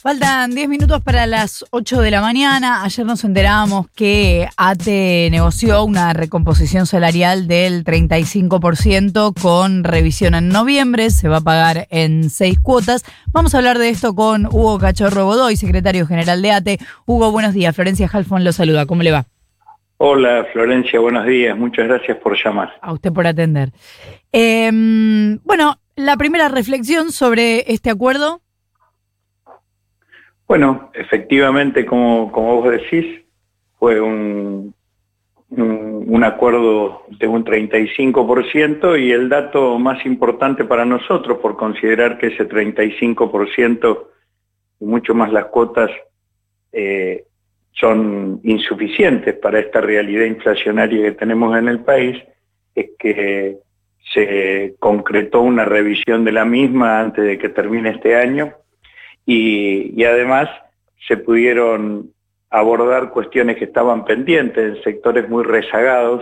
Faltan 10 minutos para las 8 de la mañana. Ayer nos enterábamos que ATE negoció una recomposición salarial del 35% con revisión en noviembre. Se va a pagar en 6 cuotas. Vamos a hablar de esto con Hugo Cachorro Godoy, secretario general de ATE. Hugo, buenos días. Florencia Halfon lo saluda. ¿Cómo le va? Hola, Florencia, buenos días. Muchas gracias por llamar. A usted por atender. Bueno, la primera reflexión sobre este acuerdo. Bueno, efectivamente, como vos decís, fue un acuerdo de un 35% y el dato más importante para nosotros, por considerar que ese 35% y mucho más las cuotas son insuficientes para esta realidad inflacionaria que tenemos en el país, es que se concretó una revisión de la misma antes de que termine este año. Y además se pudieron abordar cuestiones que estaban pendientes en sectores muy rezagados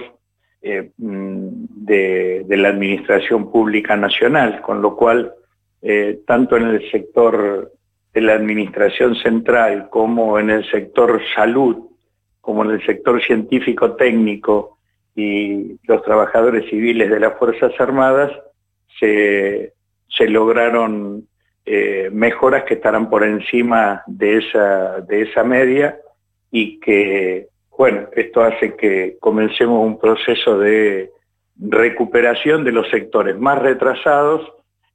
de la administración pública nacional, con lo cual tanto en el sector de la administración central como en el sector salud, como en el sector científico-técnico y los trabajadores civiles de las Fuerzas Armadas, se lograron mejoras que estarán por encima de esa media y que, bueno, esto hace que comencemos un proceso de recuperación de los sectores más retrasados,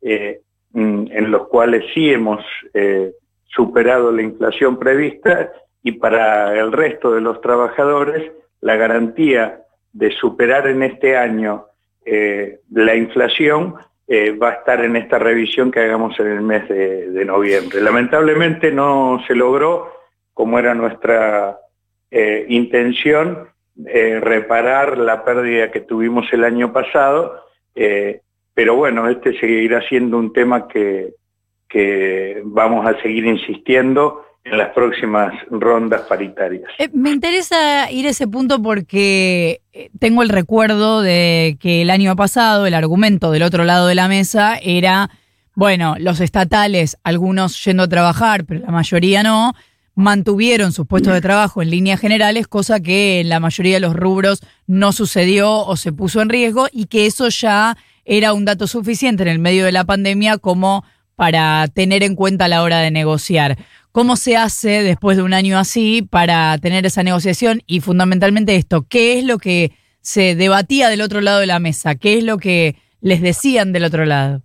en los cuales sí hemos superado la inflación prevista, y para el resto de los trabajadores la garantía de superar en este año la inflación va a estar en esta revisión que hagamos en el mes de noviembre. Lamentablemente no se logró, como era nuestra intención, reparar la pérdida que tuvimos el año pasado, pero bueno, este seguirá siendo un tema que vamos a seguir insistiendo en las próximas rondas paritarias. Me interesa ir a ese punto porque tengo el recuerdo de que el año pasado el argumento del otro lado de la mesa era, bueno, los estatales, algunos yendo a trabajar, pero la mayoría no, mantuvieron sus puestos de trabajo en líneas generales, cosa que en la mayoría de los rubros no sucedió o se puso en riesgo, y que eso ya era un dato suficiente en el medio de la pandemia como para tener en cuenta a la hora de negociar. ¿Cómo se hace después de un año así para tener esa negociación? Y fundamentalmente esto, ¿qué es lo que se debatía del otro lado de la mesa? ¿Qué es lo que les decían del otro lado?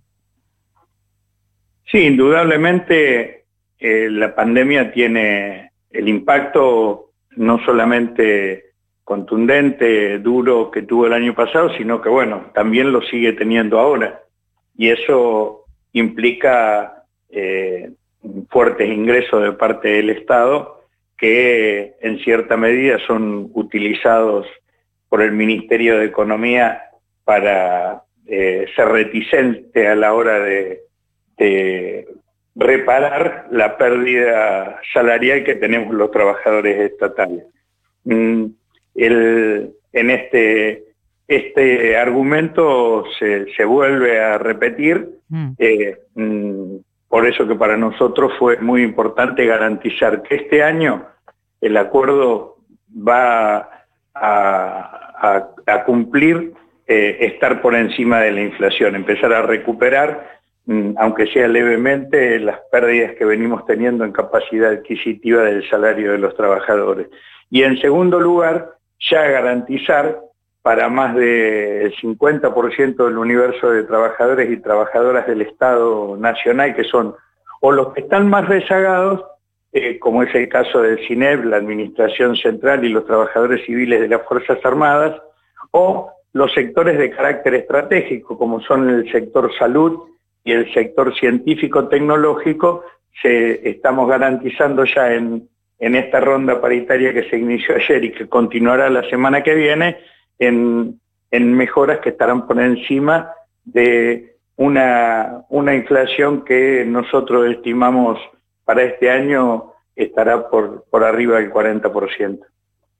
Sí, indudablemente la pandemia tiene el impacto no solamente contundente, duro que tuvo el año pasado, sino que, bueno, también lo sigue teniendo ahora. Y eso implica fuertes ingresos de parte del Estado que en cierta medida son utilizados por el Ministerio de Economía para ser reticente a la hora de reparar la pérdida salarial que tenemos los trabajadores estatales. Este argumento se vuelve a repetir, por eso que para nosotros fue muy importante garantizar que este año el acuerdo va a cumplir, estar por encima de la inflación, empezar a recuperar, aunque sea levemente, las pérdidas que venimos teniendo en capacidad adquisitiva del salario de los trabajadores. Y en segundo lugar, ya garantizar para más del 50% del universo de trabajadores y trabajadoras del Estado Nacional, que son o los que están más rezagados, como es el caso del CINEP, la Administración Central y los trabajadores civiles de las Fuerzas Armadas, o los sectores de carácter estratégico, como son el sector salud y el sector científico-tecnológico. Estamos garantizando ya en esta ronda paritaria que se inició ayer y que continuará la semana que viene, en mejoras que estarán por encima de una inflación que nosotros estimamos para este año estará por arriba del 40%.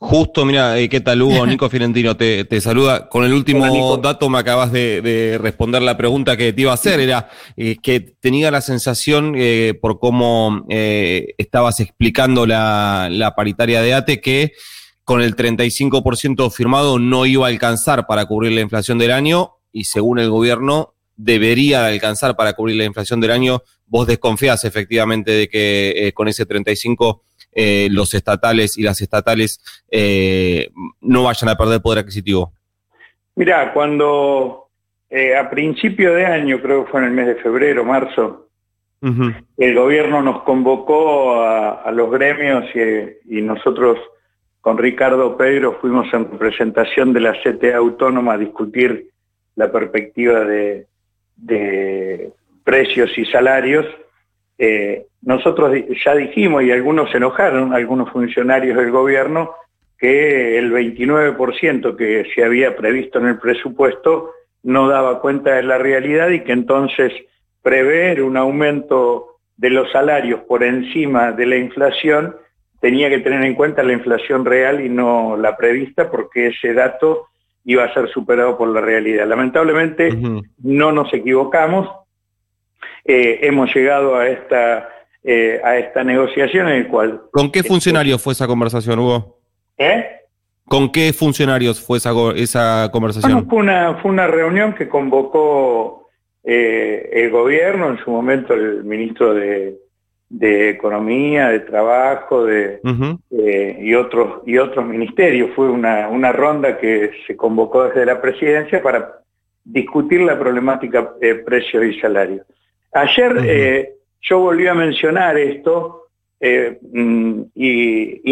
Justo, mira, ¿qué tal, Hugo? Nico Fiorentino te saluda. Con el último Hola, dato me acabas de responder la pregunta que te iba a hacer. Era que tenía la sensación, por cómo estabas explicando la paritaria de ATE, que con el 35% firmado no iba a alcanzar para cubrir la inflación del año, y según el gobierno debería alcanzar para cubrir la inflación del año. ¿Vos desconfías efectivamente de que con ese 35% los estatales y las estatales no vayan a perder poder adquisitivo? mirá, cuando a principio de año, creo que fue en el mes de febrero, marzo, Uh-huh. el gobierno nos convocó a los gremios y nosotros con Ricardo Pedro fuimos en representación de la CTA Autónoma a discutir la perspectiva de precios y salarios. Nosotros ya dijimos, y algunos se enojaron, algunos funcionarios del gobierno, que el 29% que se había previsto en el presupuesto no daba cuenta de la realidad y que entonces prever un aumento de los salarios por encima de la inflación tenía que tener en cuenta la inflación real y no la prevista, porque ese dato iba a ser superado por la realidad. Lamentablemente no nos equivocamos. Hemos llegado a esta negociación en el cual... ¿Con qué funcionarios fue esa conversación, Hugo? ¿Con qué funcionarios fue esa conversación? Bueno, fue una reunión que convocó el gobierno, en su momento el ministro de Economía, de Trabajo, y otros ministerios. Fue una ronda que se convocó desde la presidencia para discutir la problemática de precios y salarios. Ayer yo volví a mencionar esto y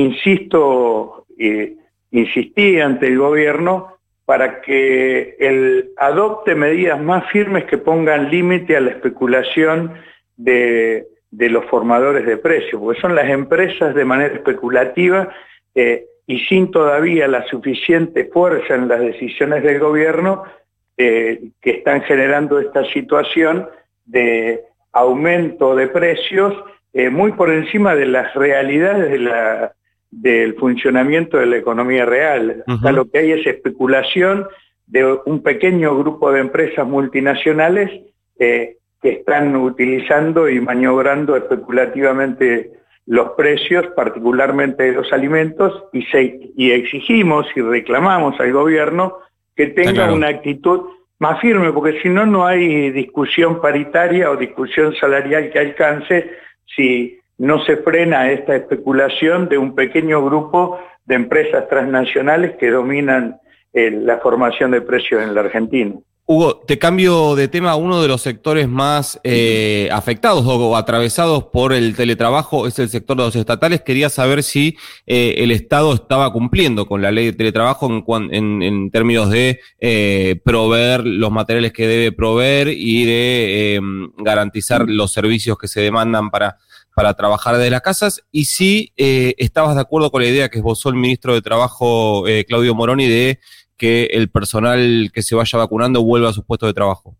insistí ante el gobierno para que él adopte medidas más firmes que pongan límite a la especulación de los formadores de precios, porque son las empresas de manera especulativa y sin todavía la suficiente fuerza en las decisiones del gobierno que están generando esta situación de aumento de precios muy por encima de las realidades del funcionamiento de la economía real. Acá lo que hay es especulación de un pequeño grupo de empresas multinacionales que están utilizando y maniobrando especulativamente los precios, particularmente de los alimentos, y exigimos y reclamamos al gobierno que tenga una actitud más firme, porque si no, no hay discusión paritaria o discusión salarial que alcance si no se frena esta especulación de un pequeño grupo de empresas transnacionales que dominan la formación de precios en la Argentina. Hugo, te cambio de tema. Uno de los sectores más afectados o atravesados por el teletrabajo es el sector de los estatales. Quería saber si el Estado estaba cumpliendo con la ley de teletrabajo en términos de proveer los materiales que debe proveer y de garantizar los servicios que se demandan para trabajar desde las casas, y si estabas de acuerdo con la idea que esbozó el ministro de Trabajo, Claudio Moroni, de que el personal que se vaya vacunando vuelva a sus puestos de trabajo.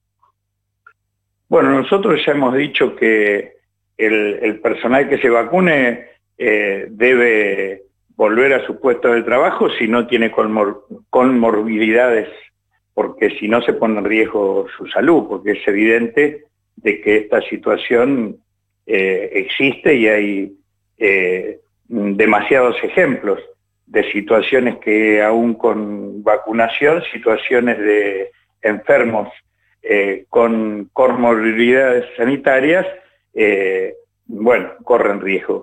Bueno, nosotros ya hemos dicho que el personal que se vacune debe volver a sus puestos de trabajo si no tiene comorbilidades, porque si no se pone en riesgo su salud, porque es evidente de que esta situación existe y hay demasiados ejemplos de situaciones que aún con vacunación, situaciones de enfermos con comorbilidades sanitarias, corren riesgo.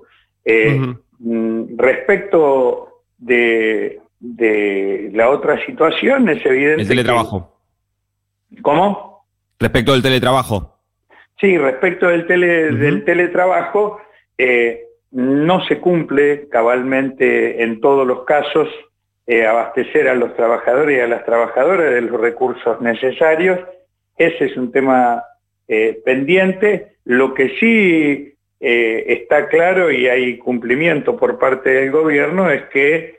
Respecto de la otra situación, es evidente... El teletrabajo. ¿Cómo? Respecto del teletrabajo. Sí, respecto del teletrabajo, no se cumple cabalmente en todos los casos abastecer a los trabajadores y a las trabajadoras de los recursos necesarios. Ese es un tema pendiente. Lo que sí está claro y hay cumplimiento por parte del gobierno es que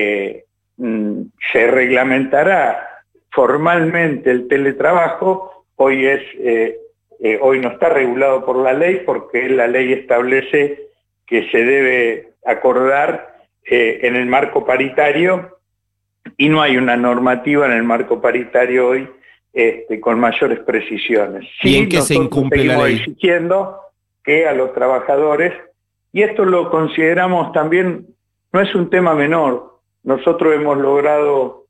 se reglamentará formalmente el teletrabajo. Hoy no está regulado por la ley, porque la ley establece que se debe acordar en el marco paritario, y no hay una normativa en el marco paritario hoy con mayores precisiones. ¿Y en qué se incumple la ley? Exigiendo que a los trabajadores, y esto lo consideramos también, no es un tema menor, nosotros hemos logrado,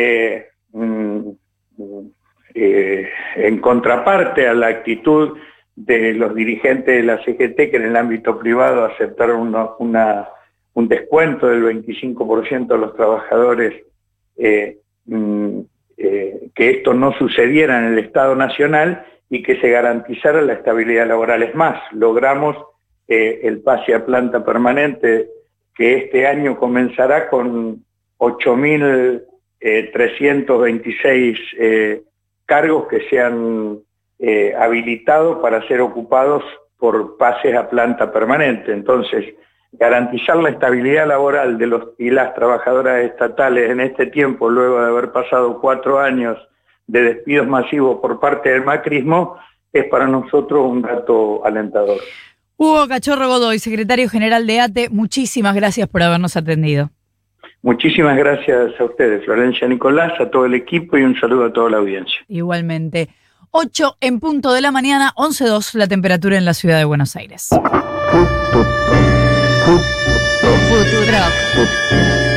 en contraparte a la actitud de los dirigentes de la CGT, que en el ámbito privado aceptaron un descuento del 25% a los trabajadores, que esto no sucediera en el Estado Nacional y que se garantizara la estabilidad laboral. Es más, logramos el pase a planta permanente, que este año comenzará con 8.326 cargos que se han habilitado para ser ocupados por pases a planta permanente. Entonces, garantizar la estabilidad laboral de los y las trabajadoras estatales en este tiempo, luego de haber pasado 4 años de despidos masivos por parte del macrismo, es para nosotros un dato alentador. Hugo Cachorro Godoy, secretario general de ATE, muchísimas gracias por habernos atendido. Muchísimas gracias a ustedes, Florencia, Nicolás, a todo el equipo, y un saludo a toda la audiencia. Igualmente. 8 en punto de la mañana, 11:02 la temperatura en la ciudad de Buenos Aires. Futuro.